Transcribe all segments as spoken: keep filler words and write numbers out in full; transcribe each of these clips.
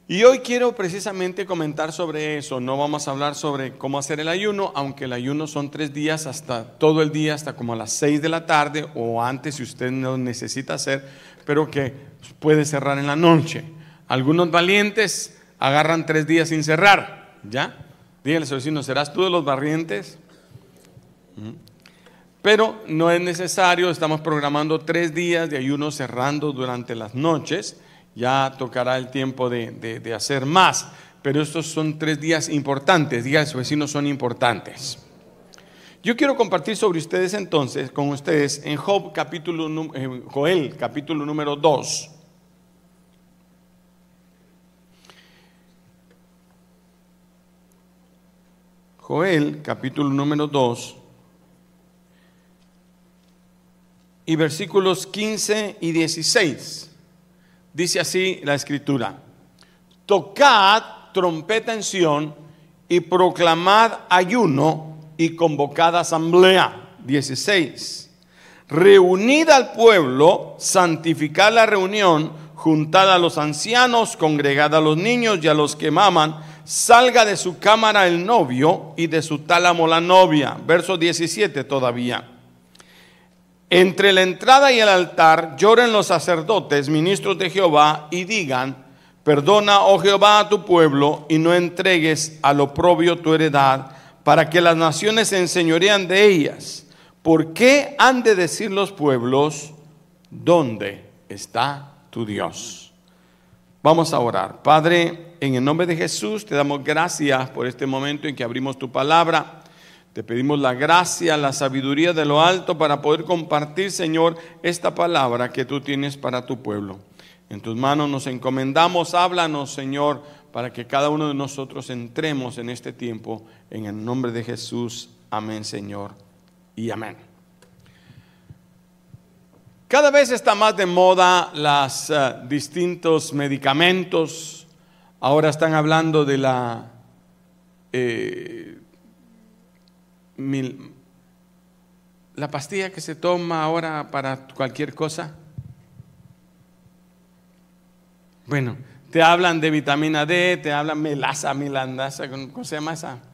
Y hoy quiero precisamente comentar sobre eso. No vamos a hablar sobre cómo hacer el ayuno, aunque el ayuno son tres días, hasta todo el día, hasta como a las seis de la tarde o antes si usted no necesita hacer, pero que puede cerrar en la noche. Algunos valientes agarran tres días sin cerrar, ¿ya? Dígale a su vecino, ¿serás tú de los valientes? Pero no es necesario, estamos programando tres días de ayuno cerrando durante las noches. Ya tocará el tiempo de, de, de hacer más, pero estos son tres días importantes. Dígale a su vecino, son importantes. Yo quiero compartir sobre ustedes entonces, con ustedes, en Job capítulo, en Joel capítulo número dos. Joel capítulo número dos y versículos quince y dieciséis. Dice así la escritura: tocad trompeta en Sión y proclamad ayuno y convocad asamblea. dieciséis. Reunid al pueblo, santificad la reunión, juntad a los ancianos, congregad a los niños y a los que maman. Salga de su cámara el novio y de su tálamo la novia. Verso diecisiete todavía. Entre la entrada y el altar lloren los sacerdotes, ministros de Jehová, y digan: perdona, oh Jehová, a tu pueblo, y no entregues al oprobio tu heredad, para que las naciones se enseñorean de ellas. ¿Por qué han de decir los pueblos: ¿dónde está tu Dios? Vamos a orar. Padre, en el nombre de Jesús te damos gracias por este momento en que abrimos tu palabra. Te pedimos la gracia, la sabiduría de lo alto para poder compartir, Señor, esta palabra que tú tienes para tu pueblo. En tus manos nos encomendamos. Háblanos, Señor, para que cada uno de nosotros entremos en este tiempo. En el nombre de Jesús. Amén, Señor, y amén. Cada vez está más de moda los uh, distintos medicamentos. Ahora están hablando de la... Eh, Mil, la pastilla que se toma ahora para cualquier cosa. Bueno, te hablan de vitamina D, te hablan melasa, milandasa, ¿cómo se llama esa?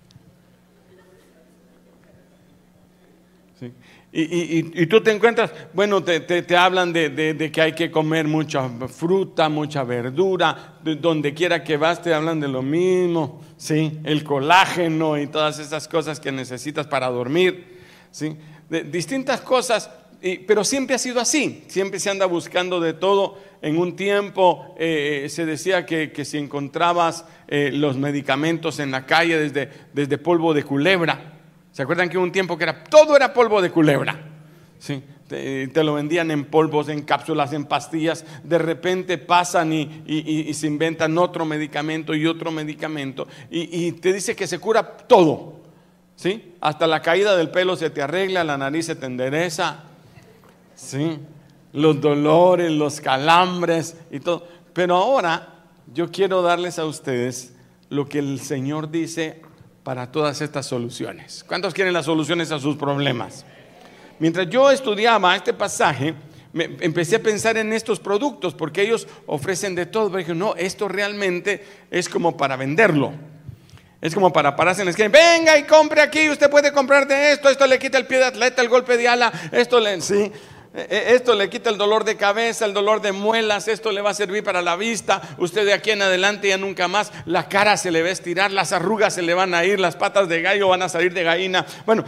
Sí. Y, y, y tú te encuentras, bueno, te, te, te hablan de, de, de que hay que comer mucha fruta, mucha verdura, de donde quiera que vas te hablan de lo mismo, ¿sí? El colágeno y todas esas cosas que necesitas para dormir, ¿sí? De distintas cosas, y, pero siempre ha sido así, siempre se anda buscando de todo. En un tiempo eh, se decía que, que si encontrabas eh, los medicamentos en la calle desde, desde polvo de culebra. ¿Se acuerdan que hubo un tiempo que era, todo era polvo de culebra? ¿Sí? Te, te lo vendían en polvos, en cápsulas, en pastillas. De repente pasan y, y, y, y se inventan otro medicamento y otro medicamento. Y, y te dice que se cura todo, ¿sí? Hasta la caída del pelo se te arregla, la nariz se te endereza, ¿sí? Los dolores, los calambres y todo. Pero ahora yo quiero darles a ustedes lo que el Señor dice para todas estas soluciones. ¿Cuántos quieren las soluciones a sus problemas? Mientras yo estudiaba este pasaje, me empecé a pensar en estos productos, porque ellos ofrecen de todo. Pero dije, no, esto realmente es como para venderlo. Es como para pararse en la esquina. Venga y compre aquí, usted puede comprar de esto. Esto le quita el pie de atleta, el golpe de ala. Esto le, sí, esto le quita el dolor de cabeza, el dolor de muelas. Esto le va a servir para la vista. Usted de aquí en adelante ya nunca más. La cara se le va a estirar, las arrugas se le van a ir, las patas de gallo van a salir de gallina. Bueno,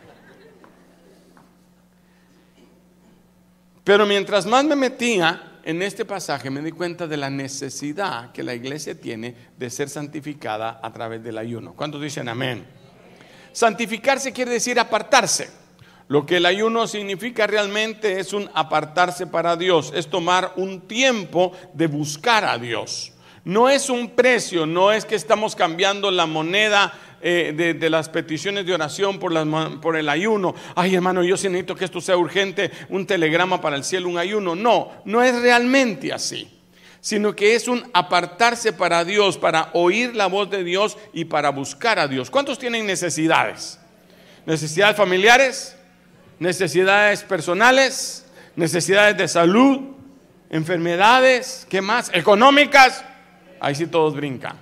pero mientras más me metía en este pasaje, me di cuenta de la necesidad que la iglesia tiene de ser santificada a través del ayuno. ¿Cuántos dicen amén? Santificarse quiere decir apartarse. Lo que el ayuno significa realmente es un apartarse para Dios, es tomar un tiempo de buscar a Dios. No es un precio, no es que estamos cambiando la moneda eh, de, de las peticiones de oración por, las, por el ayuno. Ay, hermano, yo sí necesito que esto sea urgente, un telegrama para el cielo, un ayuno. No, no es realmente así, sino que es un apartarse para Dios, para oír la voz de Dios y para buscar a Dios. ¿Cuántos tienen necesidades? ¿Necesidades familiares? ¿Necesidades personales? ¿Necesidades de salud? ¿Enfermedades? ¿Qué más? ¿Económicas? Ahí sí todos brincan.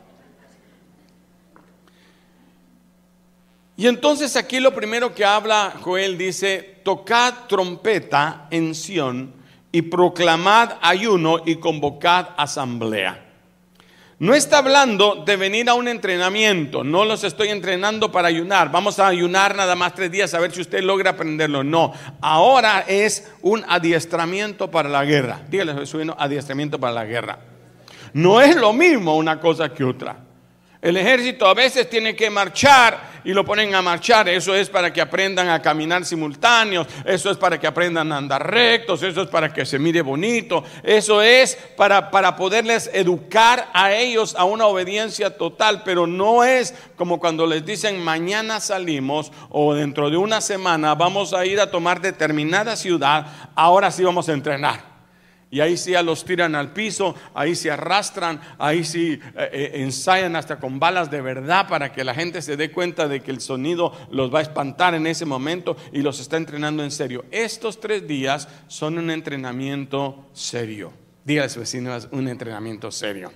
Y entonces aquí lo primero que habla Joel dice: tocad trompeta en Sión y proclamad ayuno y convocad asamblea. No está hablando de venir a un entrenamiento. No los estoy entrenando para ayunar. Vamos a ayunar nada más tres días a ver si usted logra aprenderlo. No, ahora es un adiestramiento para la guerra. Dígale a su vecino: adiestramiento para la guerra. No es lo mismo una cosa que otra. El ejército a veces tiene que marchar y lo ponen a marchar. Eso es para que aprendan a caminar simultáneos. Eso es para que aprendan a andar rectos. Eso es para que se mire bonito. Eso es para, para poderles educar a ellos a una obediencia total. Pero no es como cuando les dicen: mañana salimos, o dentro de una semana vamos a ir a tomar determinada ciudad. Ahora sí vamos a entrenar. Y ahí sí ya los tiran al piso, ahí se arrastran, ahí sí eh, eh, ensayan hasta con balas de verdad para que la gente se dé cuenta de que el sonido los va a espantar en ese momento, y los está entrenando en serio. Estos tres días son un entrenamiento serio. Dígale a su vecino: un entrenamiento serio.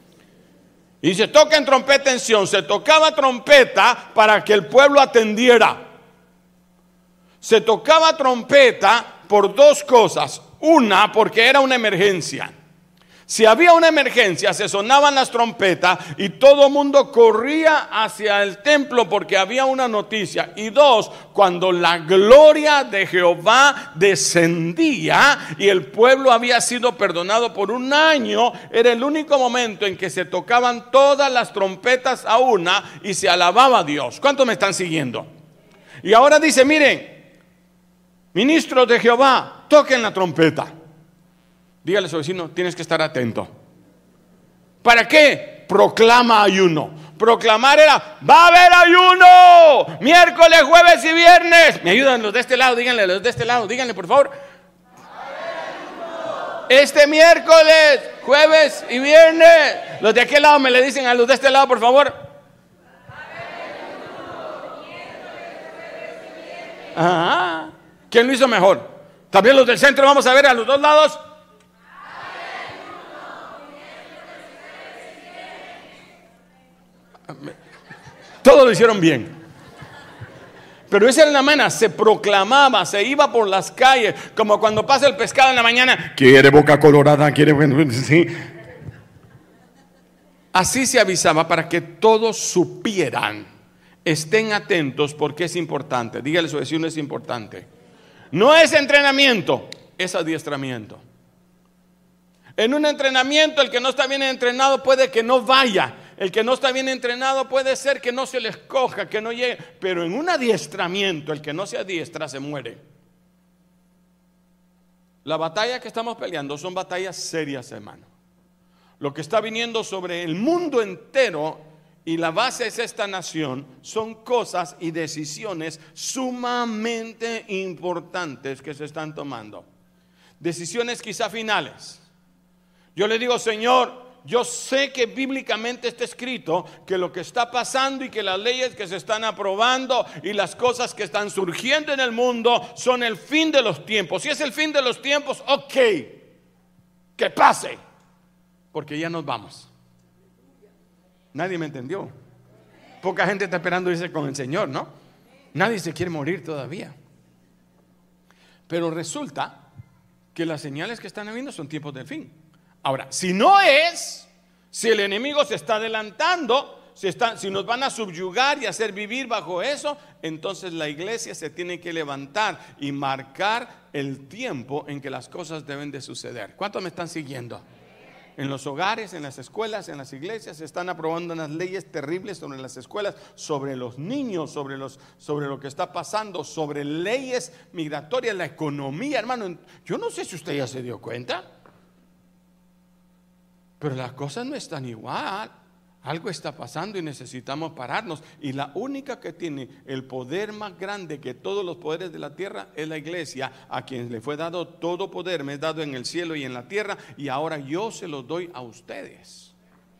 Y se toca en trompeta en Sión. Se tocaba trompeta para que el pueblo atendiera. Se tocaba trompeta por dos cosas. Una, porque era una emergencia. Si había una emergencia, se sonaban las trompetas y todo el mundo corría hacia el templo porque había una noticia. Y dos, cuando la gloria de Jehová descendía y el pueblo había sido perdonado por un año, era el único momento en que se tocaban todas las trompetas a una y se alababa a Dios. ¿Cuántos me están siguiendo? Y ahora dice: miren, ministros de Jehová, toquen la trompeta. Dígale a su vecino: tienes que estar atento. ¿Para qué? Proclama ayuno. Proclamar era: va a haber ayuno miércoles, jueves y viernes. Me ayudan los de este lado, díganle los de este lado, díganle por favor: este miércoles, jueves y viernes. Los de aquel lado me le dicen a los de este lado, por favor: ajá. ¿Quién lo hizo mejor? También los del centro. Vamos a ver a los dos lados. Todos lo hicieron bien. Pero esa era la manera. Se proclamaba, se iba por las calles, como cuando pasa el pescado en la mañana. Quiere boca colorada, quiere... Sí. Así se avisaba para que todos supieran. Estén atentos porque es importante. Dígale a su vecino: es importante. No es entrenamiento, es adiestramiento. En un entrenamiento, el que no está bien entrenado puede que no vaya. El que no está bien entrenado puede ser que no se le escoja, que no llegue. Pero en un adiestramiento, el que no se adiestra se muere. La batalla que estamos peleando son batallas serias, hermano. Lo que está viniendo sobre el mundo entero, y la base es esta nación, son cosas y decisiones sumamente importantes que se están tomando. Decisiones quizá finales. Yo le digo: Señor, yo sé que bíblicamente está escrito que lo que está pasando y que las leyes que se están aprobando y las cosas que están surgiendo en el mundo son el fin de los tiempos. Si es el fin de los tiempos, ok, que pase, porque ya nos vamos. Nadie me entendió. Poca gente está esperando irse con el Señor, ¿no? Nadie se quiere morir todavía. Pero resulta que las señales que están habiendo son tiempos del fin. Ahora, si no es, si el enemigo se está adelantando, si, está, si nos van a subyugar y hacer vivir bajo eso, entonces la iglesia se tiene que levantar y marcar el tiempo en que las cosas deben de suceder. ¿Cuántos me están siguiendo? En los hogares, en las escuelas, en las iglesias se están aprobando unas leyes terribles sobre las escuelas, sobre los niños, sobre, los, sobre lo que está pasando, sobre leyes migratorias, la economía, hermano. Yo no sé si usted ya se dio cuenta, pero las cosas no están igual. Algo está pasando y necesitamos pararnos. Y la única que tiene el poder más grande que todos los poderes de la tierra es la iglesia, a quien le fue dado todo poder. Me es dado en el cielo y en la tierra, y ahora yo se los doy a ustedes.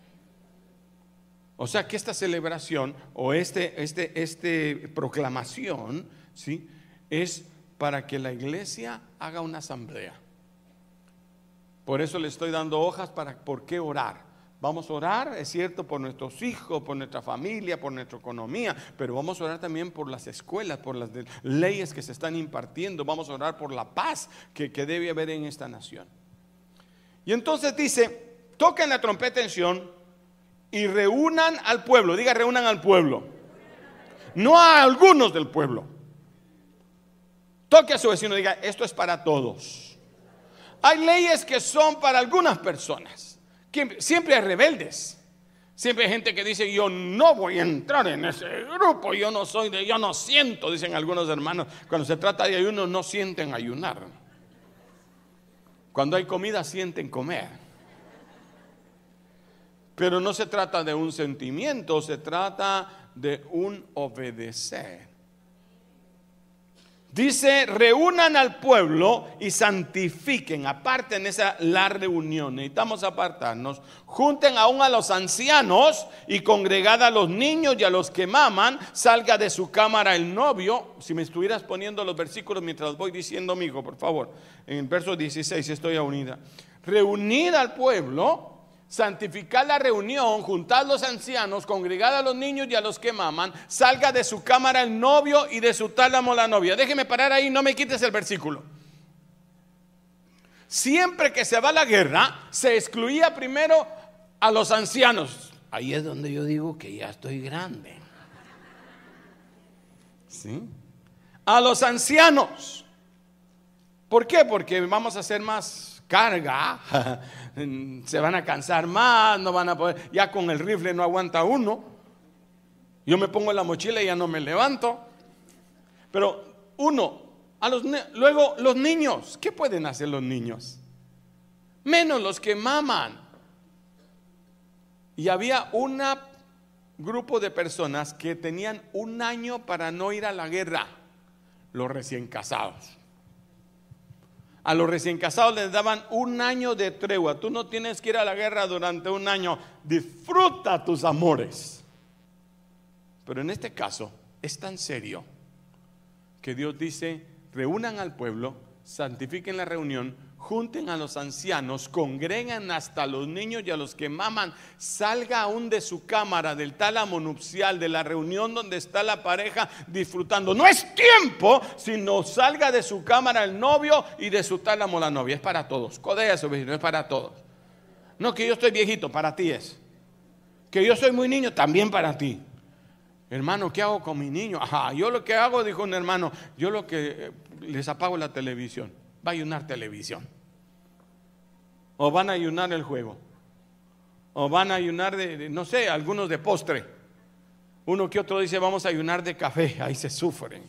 O sea que esta celebración o este, este, este proclamación, ¿sí?, es para que la iglesia haga una asamblea. Por eso le estoy dando hojas para por qué orar. Vamos a orar, es cierto, por nuestros hijos, por nuestra familia, por nuestra economía, pero vamos a orar también por las escuelas, por las leyes que se están impartiendo. Vamos a orar por la paz que, que debe haber en esta nación. Y entonces dice, toquen la trompeta en Sión y reúnan al pueblo. Diga, reúnan al pueblo, no a algunos del pueblo. Toque a su vecino y diga, esto es para todos. Hay leyes que son para algunas personas. Siempre hay rebeldes, siempre hay gente que dice, yo no voy a entrar en ese grupo, yo no soy de, yo no siento, dicen algunos hermanos, cuando se trata de ayuno no sienten ayunar, cuando hay comida sienten comer. Pero no se trata de un sentimiento, se trata de un obedecer. Dice, reúnan al pueblo y santifiquen, aparten esa la reunión. Necesitamos apartarnos. Junten aún a los ancianos y congregad a los niños y a los que maman. Salga de su cámara el novio. Si me estuvieras poniendo los versículos mientras voy diciendo, amigo, por favor. En el verso dieciséis estoy a unida. Reunid al pueblo, santificad la reunión, juntad los ancianos, congregad a los niños y a los que maman, salga de su cámara el novio y de su tálamo la novia. Déjeme parar ahí, no me quites el versículo. Siempre que se va a la guerra, se excluía primero a los ancianos. Ahí es donde yo digo que ya estoy grande. ¿Sí? A los ancianos. ¿Por qué? Porque vamos a hacer más carga, se van a cansar más, no van a poder, ya con el rifle no aguanta uno. Yo me pongo en la mochila y ya no me levanto. Pero uno, a los, luego los niños, ¿qué pueden hacer los niños? Menos los que maman. Y había un grupo de personas que tenían un año para no ir a la guerra, los recién casados. A los recién casados les daban un año de tregua. Tú no tienes que ir a la guerra durante un año. Disfruta tus amores. Pero en este caso es tan serio que Dios dice, reúnan al pueblo, santifiquen la reunión, junten a los ancianos, congreguen hasta a los niños y a los que maman. Salga aún de su cámara, del tálamo nupcial, de la reunión donde está la pareja disfrutando. No es tiempo, sino salga de su cámara el novio y de su tálamo la novia. Es para todos. Codea a su vecino, es para todos. No, que yo estoy viejito, para ti es. Que yo soy muy niño, también para ti. Hermano, ¿qué hago con mi niño? Ajá, yo lo que hago, dijo un hermano, yo lo que les apago la televisión. Va a ayunar televisión. O van a ayunar el juego. O van a ayunar de, de, no sé, algunos de postre. Uno que otro dice, vamos a ayunar de café. Ahí se sufren.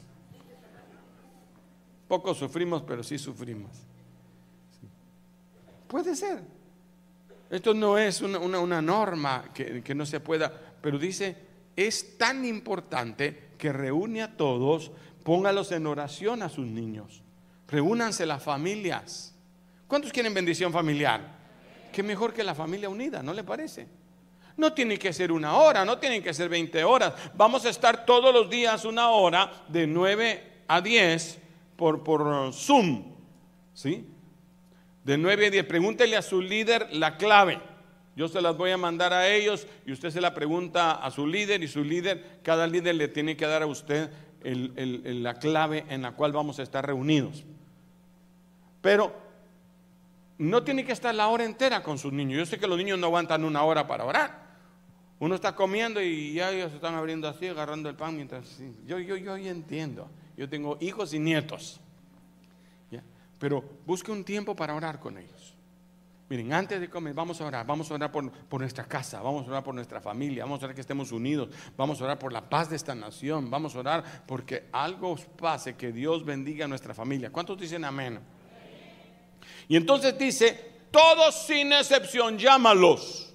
Poco sufrimos, pero sí sufrimos. Sí. Puede ser. Esto no es una, una, una norma que, que no se pueda, pero dice, es tan importante que reúne a todos, póngalos en oración a sus niños. Reúnanse las familias. ¿Cuántos quieren bendición familiar? Qué mejor que la familia unida, ¿no le parece? No tiene que ser una hora, no tienen que ser veinte horas. Vamos a estar todos los días una hora de nueve a diez por, por Zoom, ¿sí? De nueve a diez. Pregúntele a su líder la clave. Yo se las voy a mandar a ellos y usted se la pregunta a su líder y su líder, cada líder le tiene que dar a usted el, el, el, la clave en la cual vamos a estar reunidos. Pero no tiene que estar la hora entera con sus niños. Yo sé que los niños no aguantan una hora para orar. Uno está comiendo y ya ellos se están abriendo así, agarrando el pan mientras... Sí, yo, yo, yo ya entiendo. Yo tengo hijos y nietos. ¿Ya? Pero busque un tiempo para orar con ellos. Miren, antes de comer, vamos a orar, vamos a orar por, por nuestra casa, vamos a orar por nuestra familia, vamos a orar que estemos unidos, vamos a orar por la paz de esta nación, vamos a orar porque algo pase, que Dios bendiga a nuestra familia. ¿Cuántos dicen amén? Y entonces dice, todos sin excepción, llámalos.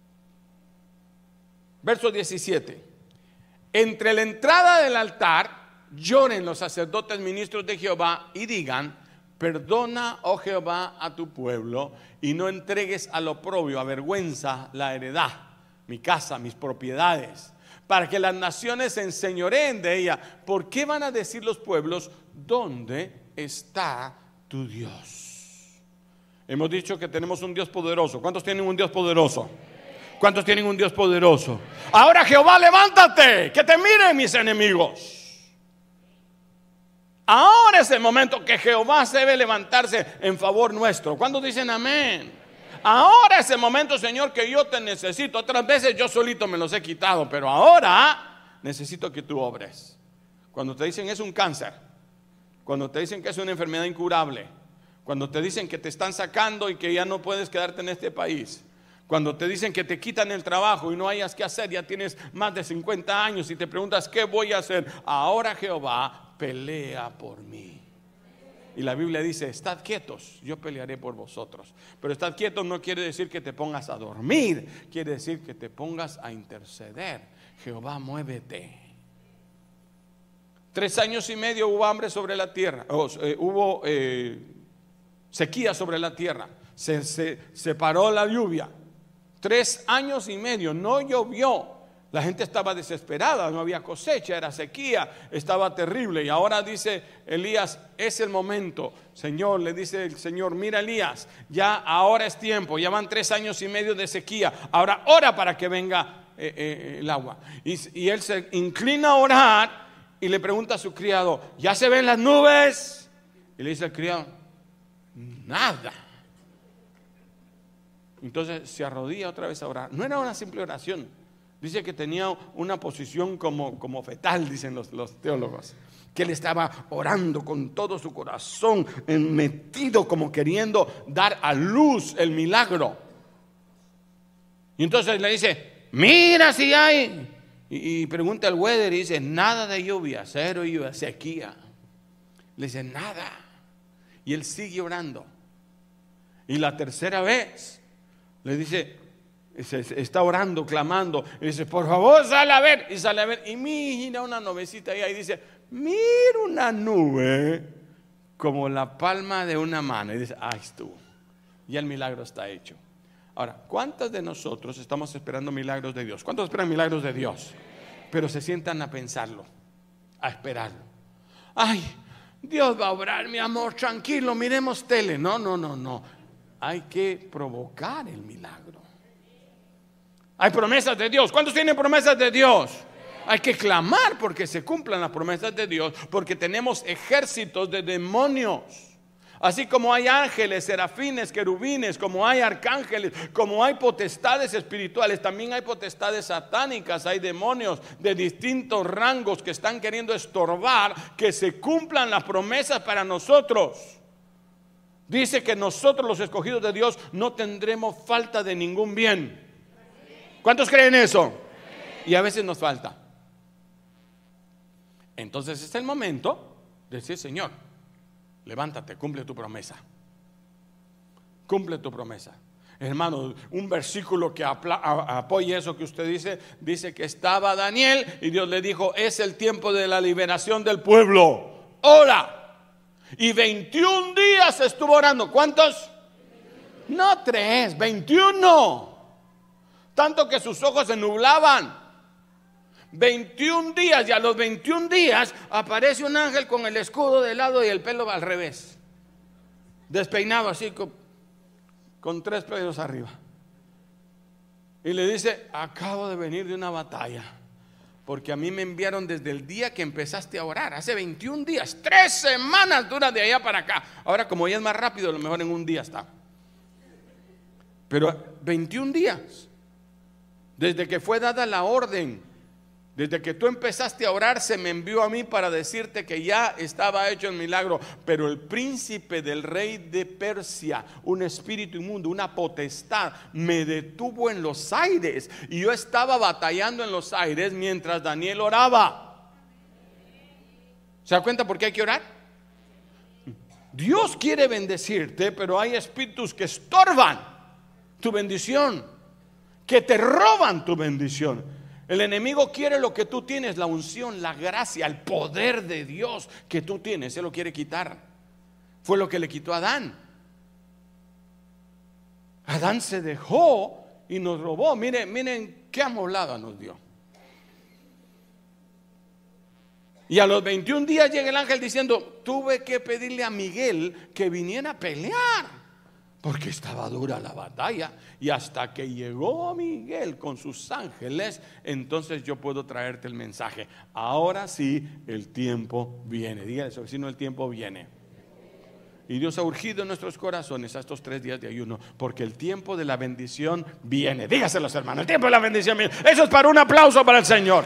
Verso diecisiete. Entre la entrada del altar, lloren los sacerdotes ministros de Jehová y digan, perdona, oh Jehová, a tu pueblo y no entregues al oprobio, a vergüenza, la heredad, mi casa, mis propiedades, para que las naciones se enseñoreen de ella. ¿Por qué van a decir los pueblos, dónde está tu Dios? Hemos dicho que tenemos un Dios poderoso. ¿Cuántos tienen un Dios poderoso? ¿Cuántos tienen un Dios poderoso? Ahora Jehová, levántate, que te miren mis enemigos. Ahora es el momento que Jehová se debe levantarse en favor nuestro. ¿Cuántos dicen amén? Ahora es el momento, Señor, que yo te necesito. Otras veces yo solito me los he quitado, pero ahora necesito que tú obres. Cuando te dicen es un cáncer, cuando te dicen que es una enfermedad incurable, cuando te dicen que te están sacando y que ya no puedes quedarte en este país, cuando te dicen que te quitan el trabajo y no hayas qué hacer, ya tienes más de cincuenta años y te preguntas ¿qué voy a hacer? Ahora Jehová pelea por mí. Y la Biblia dice, estad quietos, yo pelearé por vosotros. Pero estar quietos no quiere decir que te pongas a dormir, quiere decir que te pongas a interceder. Jehová, muévete. Tres años y medio hubo hambre sobre la tierra, oh, eh, hubo eh, sequía sobre la tierra, se, se, se paró la lluvia. Tres años y medio no llovió. La gente estaba desesperada, no había cosecha, era sequía, estaba terrible. Y ahora dice Elías, es el momento. Señor, le dice el Señor, mira Elías, ya ahora es tiempo, ya van tres años y medio de sequía. Ahora ora para que venga eh, eh, el agua. Y, y él se inclina a orar y le pregunta a su criado, ¿ya se ven las nubes? Y le dice al criado, nada. Entonces se arrodilla otra vez a orar. No era una simple oración. Dice que tenía una posición como, como fetal, dicen los, los teólogos. Que él estaba orando con todo su corazón, metido como queriendo dar a luz el milagro. Y entonces le dice, mira si hay. Y, y pregunta al weather y dice, nada de lluvia, cero lluvia, sequía. Le dice, nada. Y él sigue orando. Y la tercera vez le dice, está orando, clamando, y dice, por favor, sale a ver. Y sale a ver, y mira una nubecita ahí, y dice, mira una nube como la palma de una mano. Y dice, ahí estuvo. Y el milagro está hecho. Ahora, ¿cuántos de nosotros estamos esperando milagros de Dios? ¿Cuántos esperan milagros de Dios? Pero se sientan a pensarlo, a esperarlo. Ay, Dios va a obrar, mi amor, tranquilo, miremos tele. No, no, no, no. Hay que provocar el milagro. Hay promesas de Dios. ¿Cuántos tienen promesas de Dios? Hay que clamar porque se cumplan las promesas de Dios, porque tenemos ejércitos de demonios. Así como hay ángeles, serafines, querubines, como hay arcángeles, como hay potestades espirituales, también hay potestades satánicas, hay demonios de distintos rangos que están queriendo estorbar que se cumplan las promesas para nosotros. Dice que nosotros los escogidos de Dios no tendremos falta de ningún bien. ¿Cuántos creen eso? Y a veces nos falta. Entonces es el momento de decir, Señor, levántate, cumple tu promesa. Cumple tu promesa. Hermano, un versículo que apoye eso que usted dice, dice que estaba Daniel y Dios le dijo, es el tiempo de la liberación del pueblo. Ora. Y veintiún días estuvo orando. ¿Cuántos? No tres, veintiuno. Tanto que sus ojos se nublaban. veintiún días, y a los veintiún días aparece un ángel con el escudo de lado y el pelo al revés, despeinado así con, con tres pelos arriba. Y le dice, acabo de venir de una batalla, porque a mí me enviaron desde el día que empezaste a orar, hace veintiún días, tres semanas duras de allá para acá. Ahora como ya es más rápido, a lo mejor en un día está. Pero veintiún días. Desde que fue dada la orden, desde que tú empezaste a orar, se me envió a mí para decirte que ya estaba hecho el milagro. Pero el príncipe del rey de Persia, un espíritu inmundo, una potestad, me detuvo en los aires. Y yo estaba batallando en los aires mientras Daniel oraba. ¿Se da cuenta por qué hay que orar? Dios quiere bendecirte, pero hay espíritus que estorban tu bendición, que te roban tu bendición. El enemigo quiere lo que tú tienes, la unción, la gracia, el poder de Dios que tú tienes, se lo quiere quitar. Fue lo que le quitó a Adán. Adán se dejó y nos robó. Miren, miren qué amoblada nos dio. Y a los veintiún días llega el ángel diciendo, tuve que pedirle a Miguel que viniera a pelear, porque estaba dura la batalla. Y hasta que llegó Miguel con sus ángeles, entonces yo puedo traerte el mensaje. Ahora sí, el tiempo viene. Dígale a su vecino, el tiempo viene. Y Dios ha urgido en nuestros corazones a estos tres días de ayuno, porque el tiempo de la bendición viene. Dígaselos, hermanos, el tiempo de la bendición viene. Eso es para un aplauso para el Señor.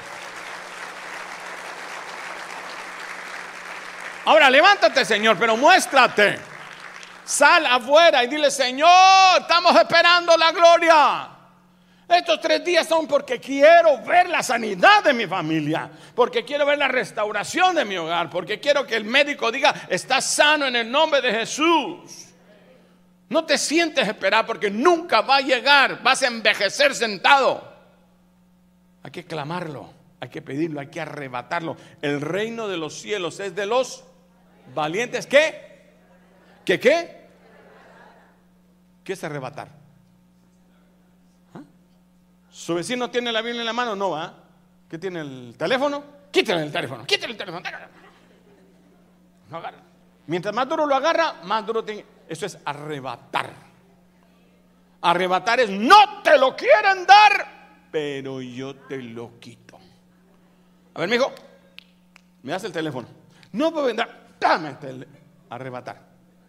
Ahora levántate, Señor, pero muéstrate. Sal afuera y dile: Señor, estamos esperando la gloria. Estos tres días son porque quiero ver la sanidad de mi familia, porque quiero ver la restauración de mi hogar, porque quiero que el médico diga: estás sano en el nombre de Jesús. No te sientes esperar, porque nunca va a llegar. Vas a envejecer sentado. Hay que clamarlo, hay que pedirlo, hay que arrebatarlo. El reino de los cielos es de los valientes. ¿Qué? ¿Qué qué? ¿Qué es arrebatar? ¿Ah? ¿Su vecino tiene la Biblia en la mano? No, ¿va? ¿Ah? ¿Qué tiene, el teléfono? Quítale el teléfono, quítale el teléfono. No agarra. Mientras más duro lo agarra, más duro tiene. Eso es arrebatar. Arrebatar es: no te lo quieren dar, pero yo te lo quito. A ver, mijo, me das el teléfono. No puedo vender. Dame el teléfono. Arrebatar.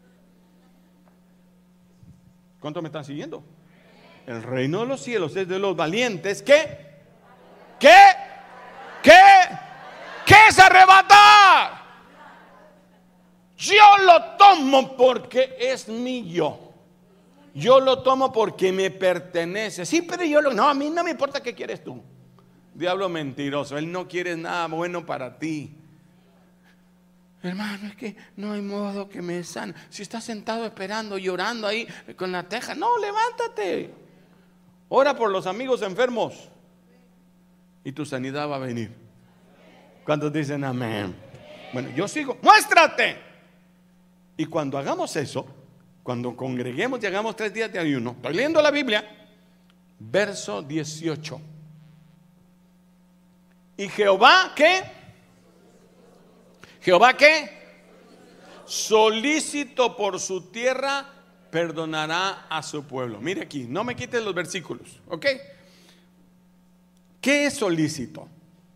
¿Cuántos me están siguiendo? El reino de los cielos es de los valientes. ¿Qué? ¿Qué? ¿Qué? ¿Qué es arrebatar? Yo lo tomo porque es mío. Yo lo tomo porque me pertenece. Sí, pero yo lo... No, a mí no me importa qué quieres tú. Diablo mentiroso. Él no quiere nada bueno para ti. Hermano, es que no hay modo que me sane. Si estás sentado esperando, llorando ahí con la teja, no, levántate. Ora por los amigos enfermos y tu sanidad va a venir. ¿Cuántos dicen amén? Bueno, yo sigo. Muéstrate. Y cuando hagamos eso, cuando congreguemos y hagamos tres días de ayuno, estoy leyendo la Biblia, verso dieciocho. Y Jehová, ¿qué? Jehová, ¿qué? Solícito por su tierra, perdonará a su pueblo. Mire aquí, no me quites los versículos, ¿ok? ¿Qué es solícito?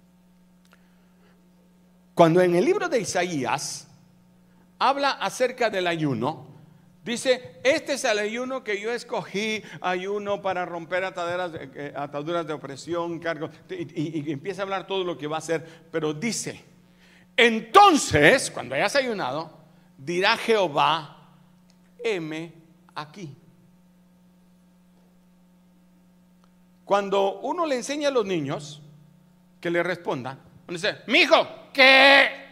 Cuando en el libro de Isaías habla acerca del ayuno, dice: este es el ayuno que yo escogí, ayuno para romper ataduras de, ataduras de opresión, cargos, y, y, y empieza a hablar todo lo que va a hacer, pero dice: entonces, cuando hayas ayunado, dirá Jehová: heme aquí. Cuando uno le enseña a los niños que le respondan, uno dice: mijo, ¿qué?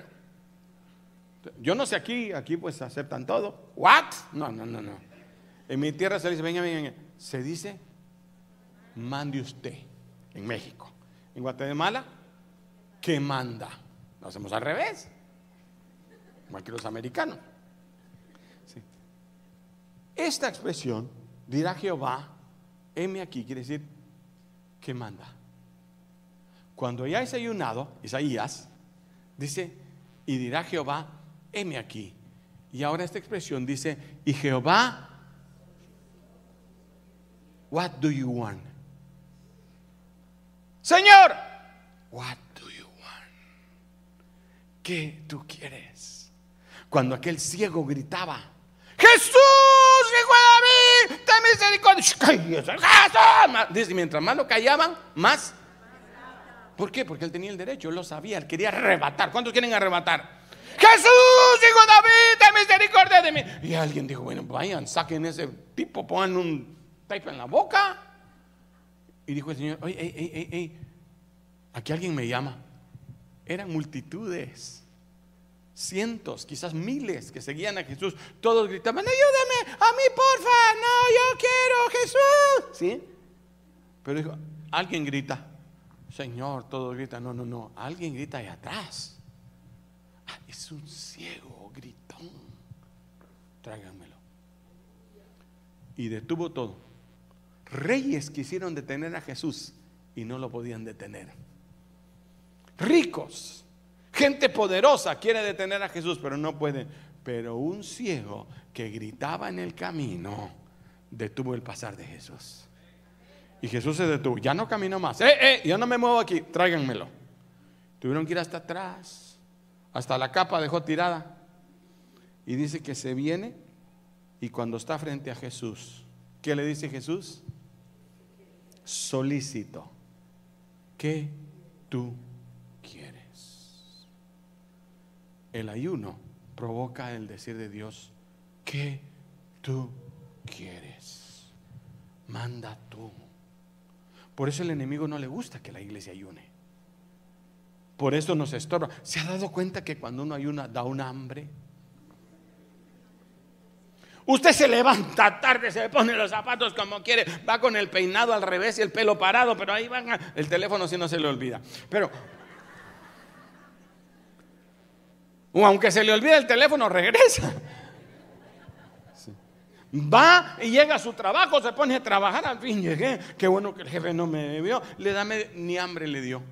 Yo no sé, aquí, aquí pues aceptan todo. ¿What? No, no, no, no. En mi tierra se dice: venga, venga, venga. Se dice: mande usted. En México. En Guatemala, ¿qué manda? Lo hacemos al revés, igual que los americanos. Sí. Esta expresión, dirá Jehová, heme aquí, quiere decir: ¿qué manda? Cuando hayáis ayunado, Isaías dice: y dirá Jehová, heme aquí. Y ahora esta expresión dice: y Jehová, what do you want? Señor, what do you want? ¿Qué tú quieres? Cuando aquel ciego gritaba: Jesús, hijo de David, ten misericordia. Dice: mientras más lo callaban, más. ¿Por qué? Porque él tenía el derecho, él lo sabía, él quería arrebatar. ¿Cuántos quieren arrebatar? Jesús, hijo de David, ten misericordia de mí. Y alguien dijo: bueno, vayan, saquen ese tipo, pongan un tape en la boca. Y dijo el Señor: oye, ey, ey, ey, ey, aquí alguien me llama. Eran multitudes, cientos, quizás miles que seguían a Jesús. Todos gritaban: ayúdame, a mí porfa, no, yo quiero Jesús. ¿Sí? Pero dijo, alguien grita: Señor, todos gritan. No, no, no, alguien grita allá atrás. Ah, es un ciego gritón, tráiganmelo. Y detuvo todo. Reyes quisieron detener a Jesús y no lo podían detener. Ricos, gente poderosa quiere detener a Jesús, pero no puede, Pero un ciego que gritaba en el camino detuvo el pasar de Jesús. Y Jesús se detuvo. Ya no camino más. ¡Eh, eh! Ya no me muevo aquí. Tráiganmelo. Tuvieron que ir hasta atrás. Hasta la capa dejó tirada. Y dice que se viene. Y cuando está frente a Jesús, ¿qué le dice Jesús? Solícito. ¿Qué tú quieres? El ayuno provoca el decir de Dios: ¿qué tú quieres? Manda tú. Por eso el enemigo no le gusta que la iglesia ayune. Por eso nos estorba. ¿Se ha dado cuenta que cuando uno ayuna da un hambre? Usted se levanta tarde, se pone los zapatos como quiere, va con el peinado al revés y el pelo parado, pero ahí van a, el teléfono sí no se le olvida. Pero o aunque se le olvide el teléfono, regresa. Sí. Va y llega a su trabajo, se pone a trabajar. Al fin llegué, qué bueno que el jefe no me vio, le da ni hambre le dio.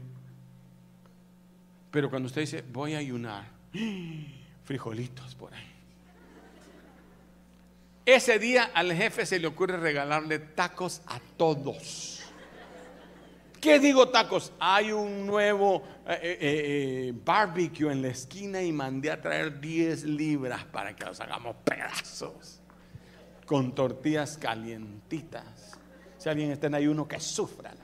Pero cuando usted dice voy a ayunar, frijolitos por ahí. Ese día al jefe se le ocurre regalarle tacos a todos. ¿Qué digo tacos? Hay un nuevo eh, eh, eh, barbecue en la esquina y mandé a traer diez libras para que los hagamos pedazos con tortillas calientitas. Si alguien está en ayuno, que sufra.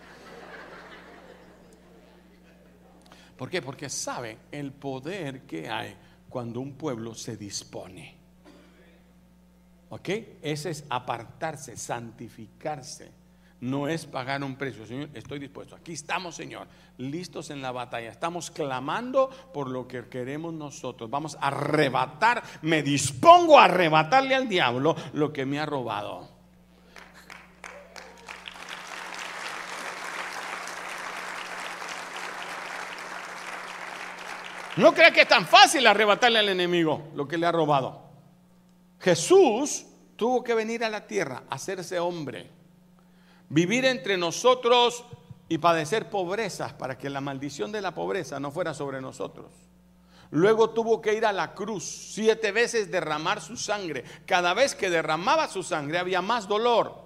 ¿Por qué? Porque sabe el poder que hay cuando un pueblo se dispone. ¿Ok? Ese es apartarse, santificarse. No es pagar un precio. Señor, estoy dispuesto. Aquí estamos, Señor, listos en la batalla. Estamos clamando por lo que queremos nosotros. Vamos a arrebatar. Me dispongo a arrebatarle al diablo lo que me ha robado. No crea que es tan fácil arrebatarle al enemigo lo que le ha robado. Jesús tuvo que venir a la tierra, hacerse hombre, vivir entre nosotros y padecer pobrezas para que la maldición de la pobreza no fuera sobre nosotros. Luego tuvo que ir a la cruz, siete veces derramar su sangre. Cada vez que derramaba su sangre había más dolor.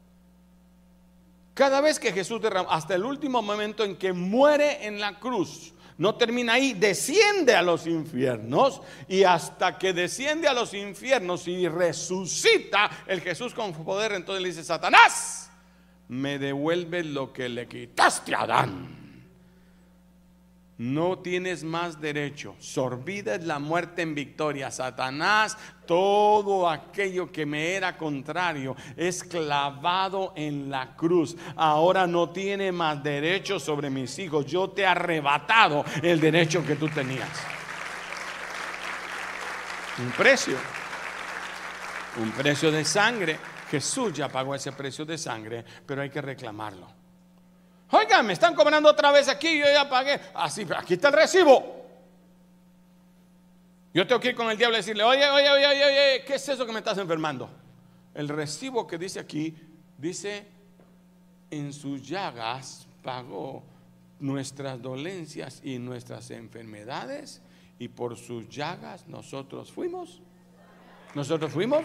Cada vez que Jesús derramó, hasta el último momento en que muere en la cruz. No termina ahí, desciende a los infiernos, y hasta que desciende a los infiernos y resucita el Jesús con poder, entonces le dice: Satanás, me devuelves lo que le quitaste a Adán. No tienes más derecho. Sorbida es la muerte en victoria. Satanás, todo aquello que me era contrario es clavado en la cruz. Ahora no tiene más derecho sobre mis hijos. Yo te he arrebatado el derecho que tú tenías. Un precio. Un precio de sangre. Jesús ya pagó ese precio de sangre, pero hay que reclamarlo. Oiga, me están cobrando otra vez aquí, yo ya pagué. Así, aquí está el recibo. Yo tengo que ir con el diablo y decirle: oye, oye, oye, oye, oye, ¿qué es eso que me estás enfermando? El recibo que dice aquí, dice: en sus llagas pagó nuestras dolencias y nuestras enfermedades, y por sus llagas nosotros fuimos. Nosotros fuimos.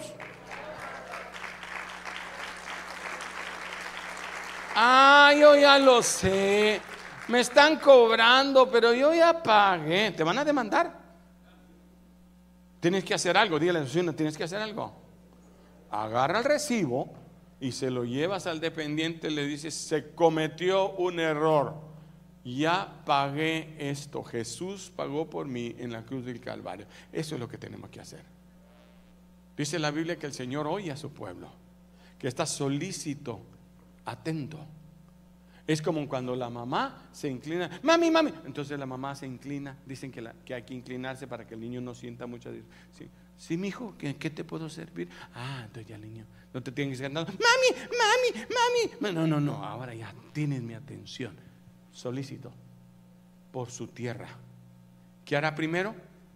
Ah, yo ya lo sé. Me están cobrando, pero yo ya pagué. ¿Te van a demandar? Tienes que hacer algo. Dígale a su vecino: tienes que hacer algo. Agarra el recibo y se lo llevas al dependiente. Le dices: se cometió un error. Ya pagué esto. Jesús pagó por mí en la cruz del Calvario. Eso es lo que tenemos que hacer. Dice la Biblia que el Señor oye a su pueblo, que está solícito, atento. Es como cuando la mamá se inclina: mami, mami. Entonces la mamá se inclina. Dicen que, la, que hay que inclinarse para que el niño no sienta mucha. Sí, sí, mijo, ¿qué, ¿qué te puedo servir? Ah, entonces ya el niño no te tiene que estar dando: mami, mami, mami. No, no, no, ahora ya tienes mi atención. Solícito por su tierra. ¿Qué hará primero?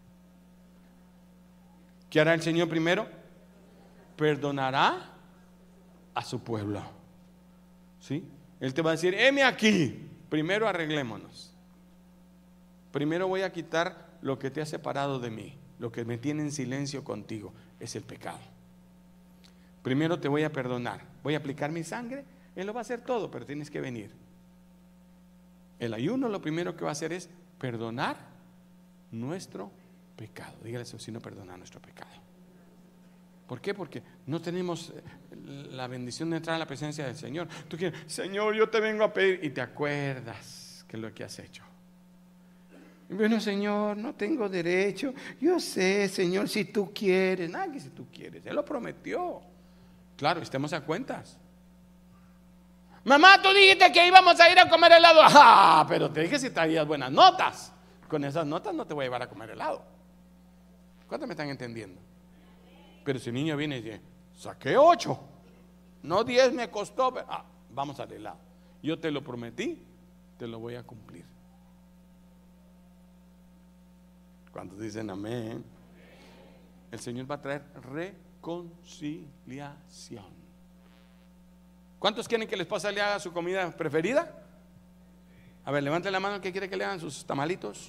¿Qué hará el Señor primero? Perdonará a su pueblo. ¿Sí? Él te va a decir: heme aquí, primero arreglémonos. Primero voy a quitar lo que te ha separado de mí. lo que me tiene en silencio contigo es el pecado. Primero te voy a perdonar, voy a aplicar mi sangre, Él lo va a hacer todo, pero tienes que venir. El ayuno lo primero que va a hacer es perdonar nuestro pecado. Dígale a su vecino, perdonar nuestro pecado. ¿Por qué? Porque no tenemos la bendición de entrar a la presencia del Señor. Tú quieres, Señor, yo te vengo a pedir, y te acuerdas que es lo que has hecho. Bueno, Señor, no tengo derecho. Yo sé, Señor, si tú quieres. Nada que si tú quieres, Él lo prometió. Claro, estemos a cuentas. Mamá, tú dijiste que íbamos a ir a comer helado. Ah, pero te dije si traías buenas notas. Con esas notas no te voy a llevar a comer helado. ¿Cuántos me están entendiendo? Pero si el niño viene y dice, saqué ocho, no diez me costó. Ah, vamos al helado. Yo te lo prometí, te lo voy a cumplir. ¿Cuántos dicen amén? El Señor va a traer reconciliación. ¿Cuántos quieren que el esposa le haga su comida preferida? A ver, levante la mano, ¿qué quiere que le hagan? Sus tamalitos,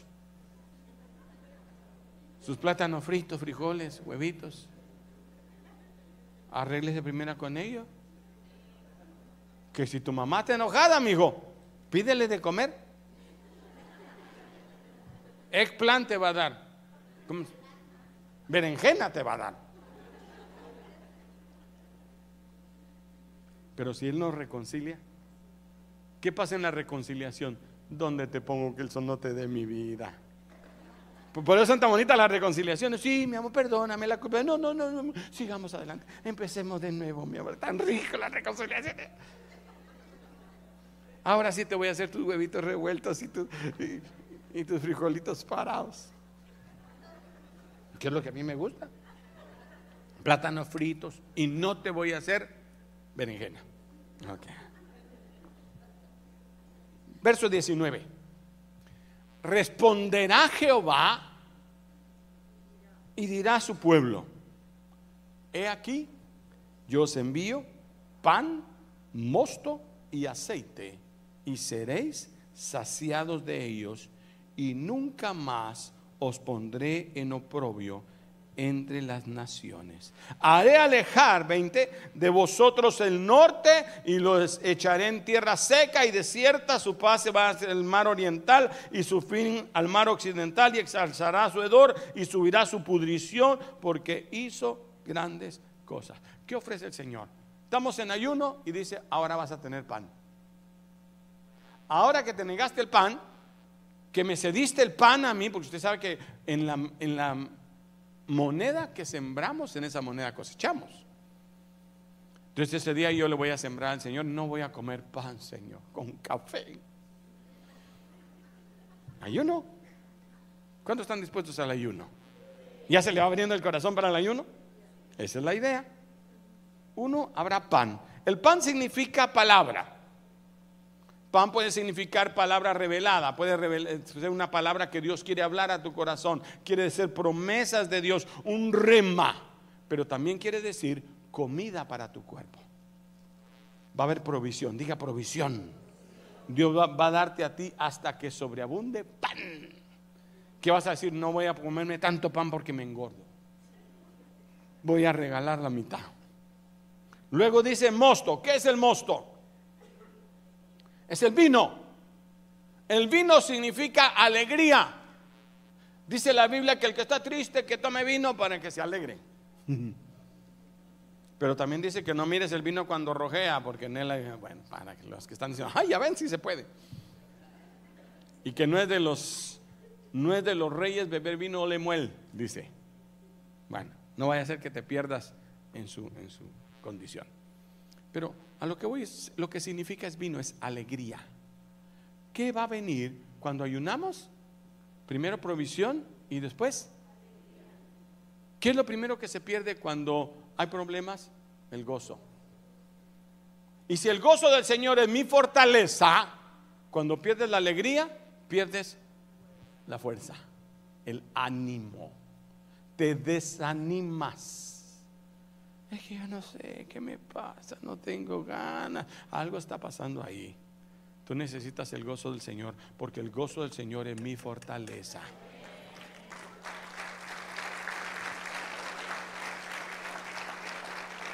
sus plátanos fritos, frijoles, huevitos. Arréglese primero con ellos. Que si tu mamá está enojada, mijo, pídele de comer. Eggplant te va a dar. Berenjena te va a dar. Pero si Él nos reconcilia, ¿qué pasa en la reconciliación? ¿Dónde te pongo que el sol no te dé mi vida? Por eso son tan bonitas las reconciliaciones. Sí, mi amor, perdóname la culpa. No, no, no, no, sigamos adelante. Empecemos de nuevo, mi amor. Tan rico la reconciliación. Ahora sí te voy a hacer tus huevitos revueltos y, tu, y, y tus frijolitos parados. ¿Qué es lo que a mí me gusta? Plátanos fritos. Y no te voy a hacer berenjena. Okay. Verso diecinueve. Responderá Jehová y dirá a su pueblo: he aquí, yo os envío pan, mosto y aceite, y seréis saciados de ellos, y nunca más os pondré en oprobio entre las naciones. Haré alejar, veinte, de vosotros el norte, y los echaré en tierra seca y desierta. Su paz va hacia el mar oriental y su fin al mar occidental, y exalzará su hedor y subirá su pudrición, porque hizo grandes cosas. ¿Qué ofrece el Señor? Estamos en ayuno y dice: ahora vas a tener pan. Ahora que te negaste el pan, que me cediste el pan a mí, porque usted sabe que en la, en la moneda que sembramos, en esa moneda cosechamos. Entonces ese día yo le voy a sembrar al Señor: no voy a comer pan, Señor, con café. Ayuno. ¿Cuántos están dispuestos al ayuno? ¿Ya se le va abriendo el corazón para el ayuno? Esa es la idea. Uno, habrá pan. El pan significa palabra. Pan puede significar palabra revelada, puede ser una palabra que Dios quiere hablar a tu corazón, quiere decir promesas de Dios, un rema, pero también quiere decir comida para tu cuerpo. Va a haber provisión, diga provisión. Dios va, va a darte a ti hasta que sobreabunde pan. ¿Qué vas a decir? No voy a comerme tanto pan porque me engordo. Voy a regalar la mitad. Luego dice mosto. ¿Qué es el mosto? Es el vino. El vino significa alegría. Dice la Biblia que el que está triste, que tome vino para que se alegre. Pero también dice que no mires el vino cuando rojea, porque en él, bueno, para los que están diciendo, ay, ya ven si se puede. Y que no es de los, no es de los reyes beber vino o lemuel, dice. Bueno, no vaya a ser que te pierdas en su, en su condición. Pero a lo que voy es, lo que significa es vino, es alegría. ¿Qué va a venir cuando ayunamos? Primero provisión y después, ¿qué es lo primero que se pierde cuando hay problemas? El gozo. Y si el gozo del Señor es mi fortaleza, cuando pierdes la alegría, pierdes la fuerza, el ánimo, te desanimas. Es que yo no sé qué me pasa, no tengo ganas, algo está pasando ahí. Tú necesitas el gozo del Señor, porque el gozo del Señor es mi fortaleza.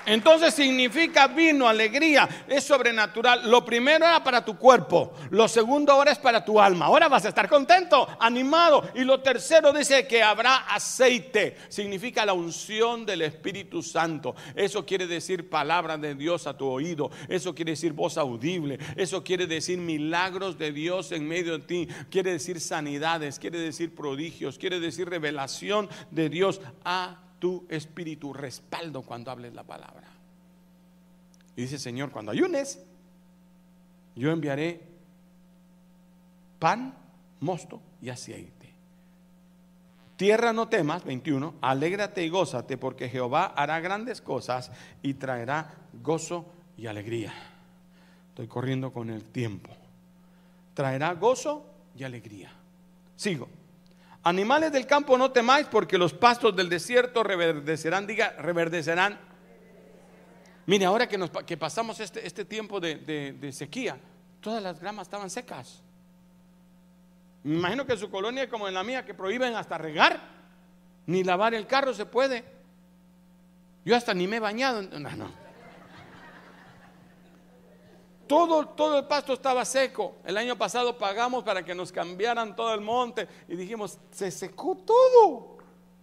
Entonces significa vino, alegría, es sobrenatural. Lo primero era para tu cuerpo, lo segundo ahora es para tu alma. Ahora vas a estar contento, animado. Y lo tercero dice que habrá aceite, significa la unción del Espíritu Santo. Eso quiere decir palabra de Dios a tu oído, eso quiere decir voz audible, eso quiere decir milagros de Dios en medio de ti, quiere decir sanidades, quiere decir prodigios, quiere decir revelación de Dios a tu espíritu, respaldo cuando hables la palabra. Y dice: Señor, cuando ayunes, yo enviaré pan, mosto y aceite. Tierra, no temas, veintiuno, alégrate y gózate, porque Jehová hará grandes cosas y traerá gozo y alegría. Estoy corriendo con el tiempo. Traerá gozo y alegría. Sigo. Animales del campo, no temáis, porque los pastos del desierto reverdecerán. Diga, reverdecerán. Mire, ahora que, nos, que pasamos este, este tiempo de, de, de sequía, todas las gramas estaban secas. Me imagino que en su colonia, como en la mía, que prohíben hasta regar, ni lavar el carro se puede. Yo hasta ni me he bañado. No, no. Todo, todo el pasto estaba seco. El año pasado pagamos para que nos cambiaran todo el monte y dijimos: se secó todo.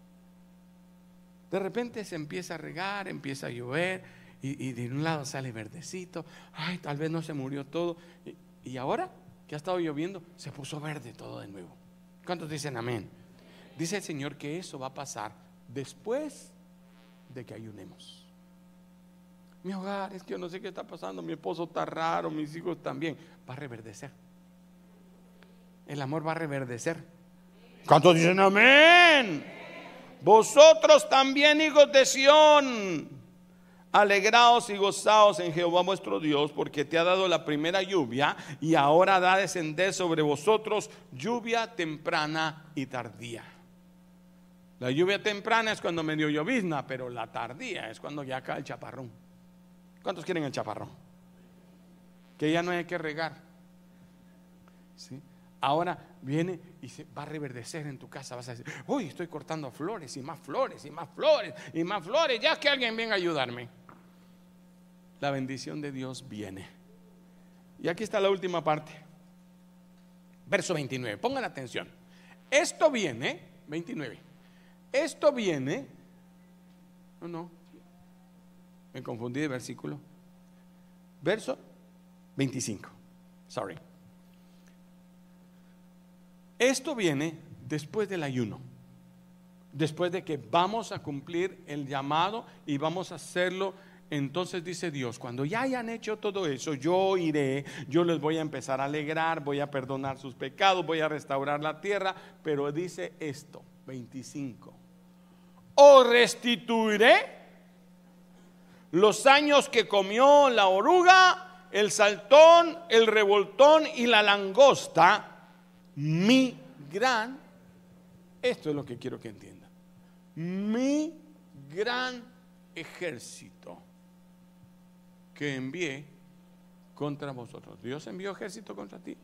De repente se empieza a regar, empieza a llover y, y de un lado sale verdecito. Ay, tal vez no se murió todo. Y, y ahora que ha estado lloviendo, se puso verde todo de nuevo. ¿Cuántos dicen amén? Dice el Señor que eso va a pasar después de que ayunemos. Mi hogar, es que yo no sé qué está pasando, mi esposo está raro, mis hijos también. Va a reverdecer. El amor va a reverdecer. ¿Cuántos dicen amén? Vosotros también, hijos de Sión, alegraos y gozaos en Jehová vuestro Dios, porque te ha dado la primera lluvia y ahora da a descender sobre vosotros lluvia temprana y tardía. La lluvia temprana es cuando medio llovizna, pero la tardía es cuando ya cae el chaparrón. ¿Cuántos quieren el chaparrón? Que ya no hay que regar. ¿Sí? Ahora viene y se va a reverdecer en tu casa. Vas a decir: uy, estoy cortando flores y más flores y más flores y más flores. Ya que alguien venga a ayudarme. La bendición de Dios viene. Y aquí está la última parte. Verso veintinueve. Pongan atención. Esto viene, veintinueve. Esto viene. No, no. Me confundí de versículo. Verso veinticinco. Sorry. Esto viene después del ayuno. Después de que vamos a cumplir el llamado y vamos a hacerlo. Entonces dice Dios: cuando ya hayan hecho todo eso, yo iré, yo les voy a empezar a alegrar, voy a perdonar sus pecados, voy a restaurar la tierra. Pero dice esto, veinticinco: os restituiré los años que comió la oruga, el saltón, el revoltón y la langosta, mi gran, esto es lo que quiero que entiendan, mi gran ejército que envié contra vosotros. ¿Dios envió ejército contra ti?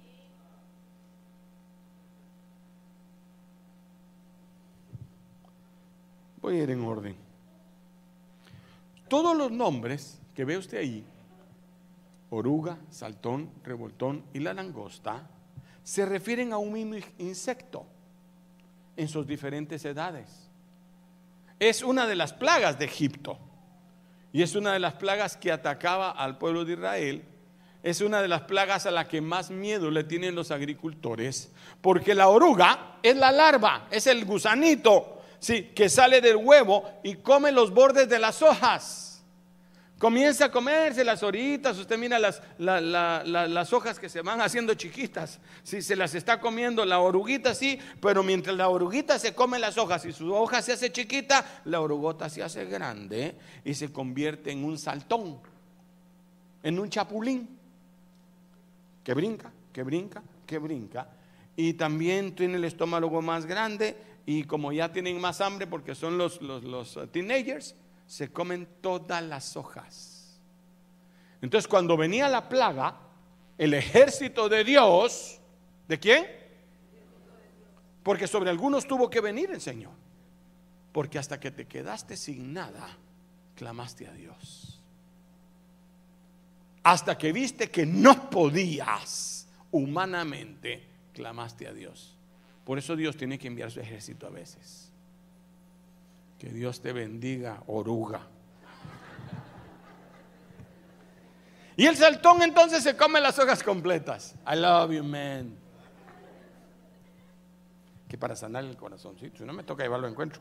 Voy a ir en orden. Todos los nombres que ve usted ahí, oruga, saltón, revoltón y la langosta, se refieren a un mismo insecto en sus diferentes edades. Es una de las plagas de Egipto y es una de las plagas que atacaba al pueblo de Israel. Es una de las plagas a la que más miedo le tienen los agricultores, porque la oruga es la larva, es el gusanito, sí, que sale del huevo y come los bordes de las hojas. Comienza a comerse las horitas. Usted mira las, la, la, la, las hojas que se van haciendo chiquitas. Si se las está comiendo la oruguita, sí, pero mientras la oruguita se come las hojas y su hoja se hace chiquita, la orugota se hace grande y se convierte en un saltón, en un chapulín que brinca, que brinca, que brinca. Y también tiene el estómago más grande. Y como ya tienen más hambre porque son los, los, los teenagers, se comen todas las hojas. Entonces, cuando venía la plaga, el ejército de Dios, ¿de quién? Porque sobre algunos tuvo que venir el Señor. Porque hasta que te quedaste sin nada, clamaste a Dios. Hasta que viste que no podías humanamente, clamaste a Dios. Por eso Dios tiene que enviar su ejército a veces. Que Dios te bendiga, oruga. Y el saltón entonces se come las hojas completas. I love you, man. Que para sanar el corazón, ¿sí? Si no me toca llevarlo a encuentro.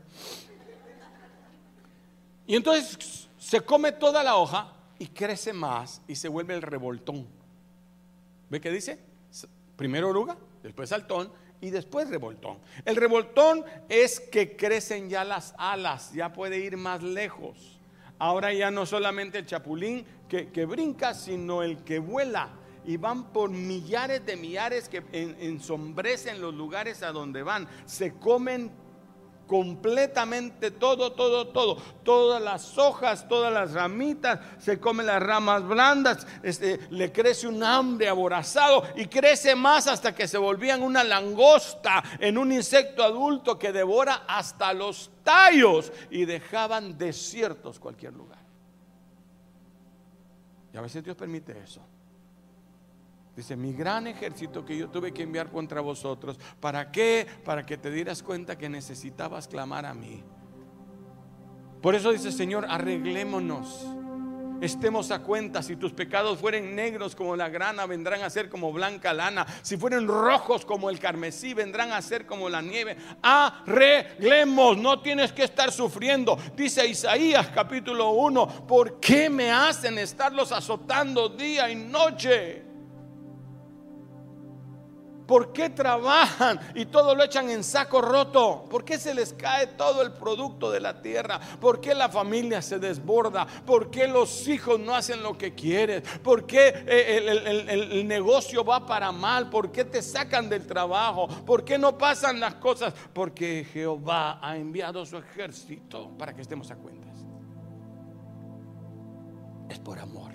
Y entonces se come toda la hoja y crece más y se vuelve el revoltón. ¿Ve qué dice? Primero oruga, después saltón y después revoltón. El revoltón es que crecen ya las alas, ya puede ir más lejos. Ahora ya no solamente el chapulín que, que brinca, sino el que vuela. Y van por millares de millares que en, ensombrecen los lugares a donde van. Se comen completamente todo, todo, todo. Todas las hojas, todas las ramitas. Se comen las ramas blandas. Este, le crece un hambre aborazado. Y crece más hasta que se volvían una langosta en un insecto adulto que devora hasta los tallos. Y dejaban desiertos cualquier lugar. Y a veces Dios permite eso. Dice, mi gran ejército que yo tuve que enviar contra vosotros. ¿Para qué? Para que te dieras cuenta que necesitabas clamar a mí. Por eso dice, Señor, arreglémonos, estemos a cuenta. Si tus pecados fueren negros como la grana, vendrán a ser como blanca lana. Si fueren rojos como el carmesí, vendrán a ser como la nieve. Arreglemos, no tienes que estar sufriendo. Dice Isaías capítulo uno, ¿por qué me hacen estarlos azotando día y noche? ¿Por qué trabajan y todo lo echan en saco roto? ¿Por qué se les cae todo el producto de la tierra? ¿Por qué la familia se desborda? ¿Por qué los hijos no hacen lo que quieren? ¿Por qué el, el, el, el negocio va para mal? ¿Por qué te sacan del trabajo? ¿Por qué no pasan las cosas? Porque Jehová ha enviado su ejército para que estemos a cuentas. Es por amor.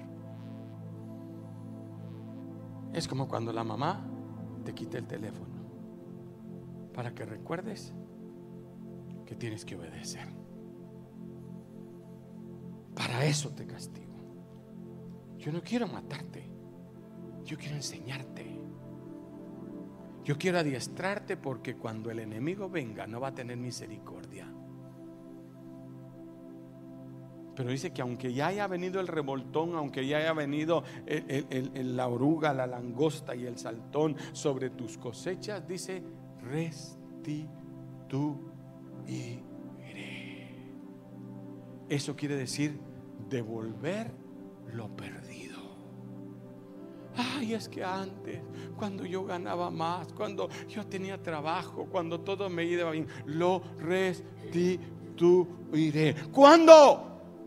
Es como cuando la mamá te quita el teléfono para que recuerdes que tienes que obedecer. Para eso te castigo. Yo no quiero matarte, yo quiero enseñarte. Yo quiero adiestrarte, porque cuando el enemigo venga no va a tener misericordia. Pero dice que aunque ya haya venido el revoltón, aunque ya haya venido el, el, el, la oruga, la langosta y el saltón sobre tus cosechas, dice, restituiré. Eso quiere decir devolver lo perdido. Ay, es que antes, cuando yo ganaba más, cuando yo tenía trabajo, cuando todo me iba bien, lo restituiré. ¿Cuándo?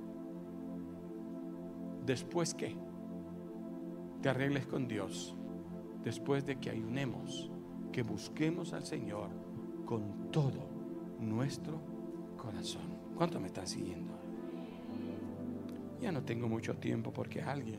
Después que te arregles con Dios, después de que ayunemos, que busquemos al Señor con todo nuestro corazón. ¿Cuánto me están siguiendo? Ya no tengo mucho tiempo porque alguien.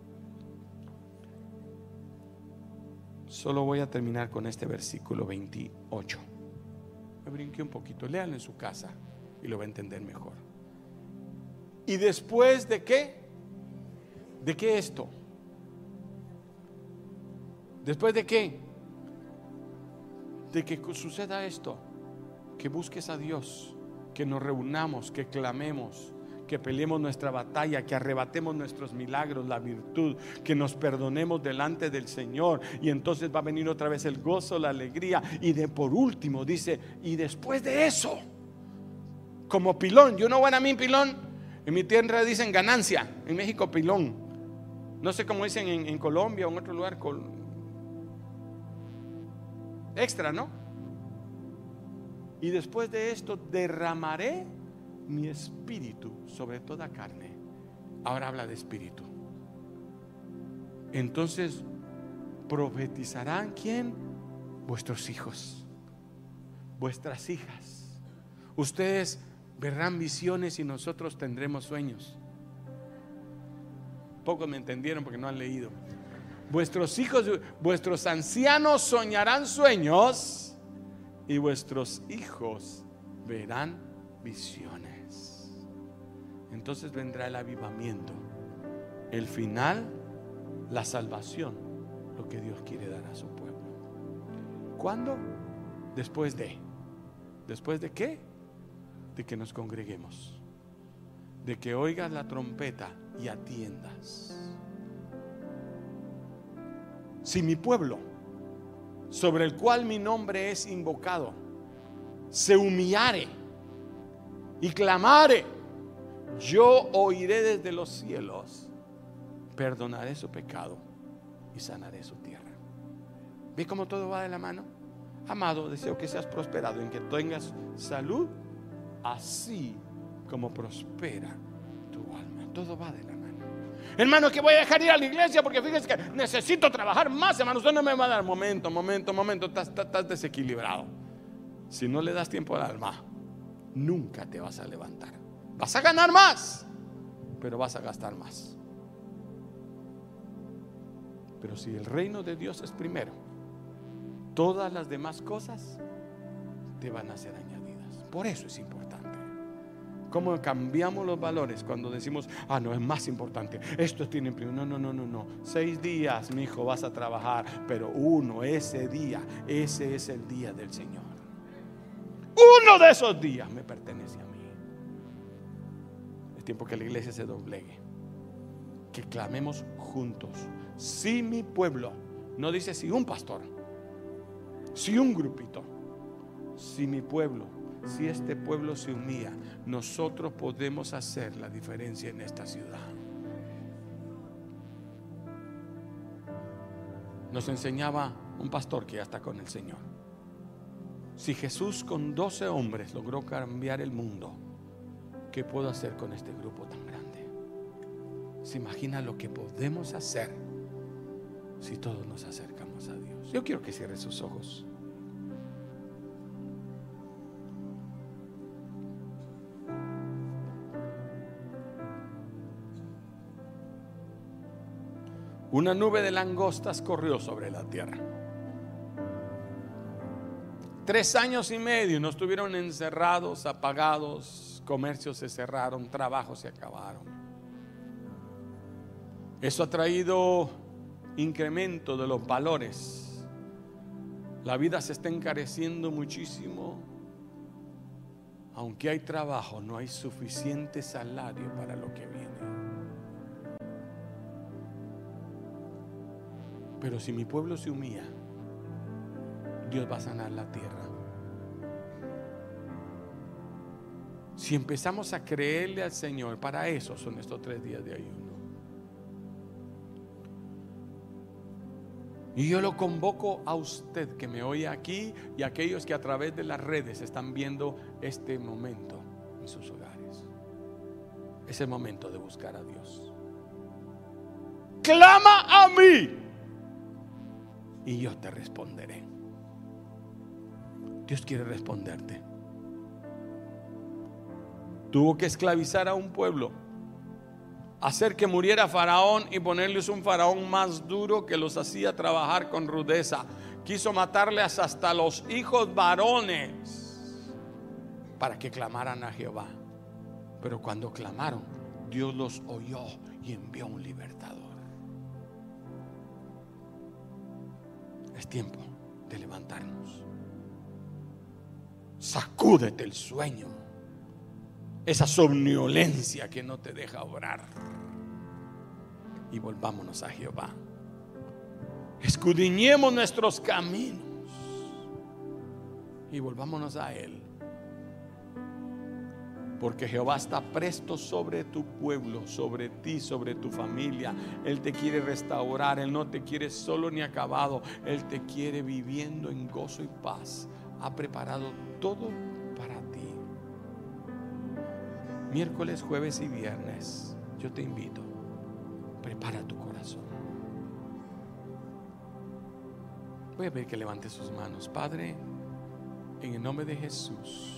Solo voy a terminar con este versículo veintiocho. Me brinqué un poquito, léanlo en su casa y lo va a entender mejor. ¿Y después de qué? ¿De qué esto? ¿Después de qué? De que suceda esto, que busques a Dios, que nos reunamos, que clamemos, que peleemos nuestra batalla, que arrebatemos nuestros milagros, la virtud, que nos perdonemos delante del Señor, y entonces va a venir otra vez el gozo, la alegría. Y de por último dice, y después de eso, como pilón, yo no, bueno, a mí pilón, en mi tierra dicen ganancia, en México pilón. No sé cómo dicen en, en Colombia o en otro lugar, col... extra, ¿no? Y después de esto derramaré mi espíritu sobre toda carne. Ahora habla de espíritu. Entonces profetizarán, ¿quién? Vuestros hijos, vuestras hijas. Ustedes verán visiones y nosotros tendremos sueños. Pocos me entendieron porque no han leído. Vuestros hijos, vuestros ancianos soñarán sueños y vuestros hijos verán visiones. entonces vendrá el avivamiento, el final, la salvación, lo que Dios quiere dar a su pueblo. ¿Cuándo? Después de. ¿Después de qué? De que nos congreguemos, de que oigas la trompeta y atiendas. Si mi pueblo, sobre el cual mi nombre es invocado, se humillare y clamare, yo oiré desde los cielos, perdonaré su pecado y sanaré su tierra. ¿Ve cómo todo va de la mano? Amado, deseo que seas prosperado, en que tengas salud, así como prospera tu alma. Todo va de la mano. Hermano, que voy a dejar ir a la iglesia porque fíjese que necesito trabajar más, hermano. Usted no me va a dar. Momento, momento, momento. Estás, estás, estás desequilibrado. Si no le das tiempo al alma, nunca te vas a levantar. Vas a ganar más, pero vas a gastar más. Pero si el reino de Dios es primero, todas las demás cosas te van a ser añadidas. Por eso es importante. ¿Cómo cambiamos los valores cuando decimos, ah, no, es más importante, esto tiene primero? No, no, no, no, no. Seis días, mi hijo, vas a trabajar, pero uno, ese día, ese es el día del Señor. Uno de esos días me pertenece a mí. Es tiempo que la iglesia se doblegue, que clamemos juntos. Si mi pueblo, no dice si un pastor, si un grupito, si mi pueblo, si este pueblo se humilla, nosotros podemos hacer la diferencia en esta ciudad. Nos enseñaba un pastor que ya está con el Señor. Si Jesús con doce hombres logró cambiar el mundo, ¿qué puedo hacer con este grupo tan grande? ¿Se imagina lo que podemos hacer si todos nos acercamos a Dios? Yo quiero que cierre sus ojos. Una nube de langostas corrió sobre la tierra. Tres años y medio nos estuvieron encerrados, apagados, comercios se cerraron, trabajos se acabaron. Eso ha traído incremento de los valores. La vida se está encareciendo muchísimo. Aunque hay trabajo, no hay suficiente salario para lo que viene. Pero si mi pueblo se humilla, Dios va a sanar la tierra. Si empezamos a creerle al Señor, para eso son estos tres días de ayuno. Y yo lo convoco a usted que me oye aquí y a aquellos que a través de las redes están viendo este momento en sus hogares. Es el momento de buscar a Dios. Clama a mí y yo te responderé. Dios quiere responderte. Tuvo que esclavizar a un pueblo, hacer que muriera Faraón y ponerles un Faraón más duro que los hacía trabajar con rudeza. Quiso matarles hasta los hijos varones para que clamaran a Jehová. Pero cuando clamaron, Dios los oyó y envió un libertador. Es tiempo de levantarnos. Sacúdete el sueño, esa somnolencia que no te deja orar, y volvámonos a Jehová. Escudriñemos nuestros caminos y volvámonos a Él, porque Jehová está presto sobre tu pueblo, sobre ti, sobre tu familia. Él te quiere restaurar. Él no te quiere solo ni acabado. Él te quiere viviendo en gozo y paz. Ha preparado todo para ti. Miércoles, jueves y viernes, yo te invito. Prepara tu corazón. Voy a pedir que levante sus manos. Padre, en el nombre de Jesús,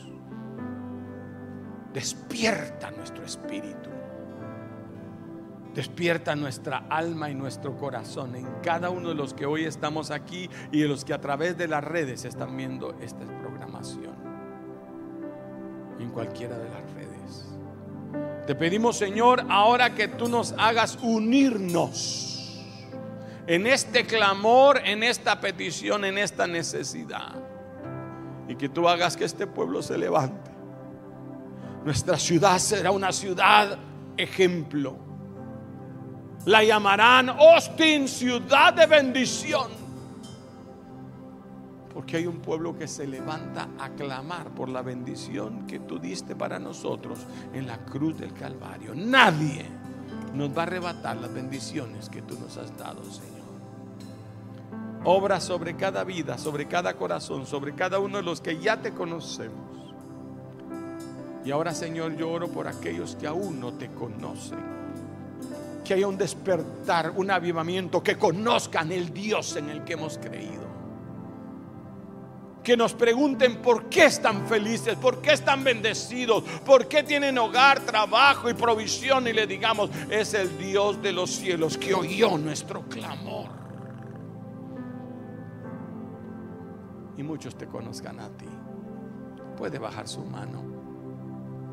despierta nuestro espíritu, despierta nuestra alma y nuestro corazón en cada uno de los que hoy estamos aquí y de los que a través de las redes están viendo esta programación, en cualquiera de las redes. Te pedimos, Señor, ahora que tú nos hagas unirnos en este clamor, en esta petición, en esta necesidad, y que tú hagas que este pueblo se levante. Nuestra ciudad será una ciudad ejemplo. La llamarán Austin, ciudad de bendición, porque hay un pueblo que se levanta a clamar por la bendición que tú diste para nosotros en la cruz del Calvario. Nadie nos va a arrebatar las bendiciones que tú nos has dado, Señor. Obra sobre cada vida, sobre cada corazón, sobre cada uno de los que ya te conocemos. Y ahora, Señor, yo oro por aquellos que aún no te conocen. Que haya un despertar, un avivamiento, que conozcan el Dios en el que hemos creído. Que nos pregunten por qué están felices, por qué están bendecidos, por qué tienen hogar, trabajo y provisión, y le digamos: es el Dios de los cielos que oyó nuestro clamor. Y muchos te conozcan a ti. Puede bajar su mano.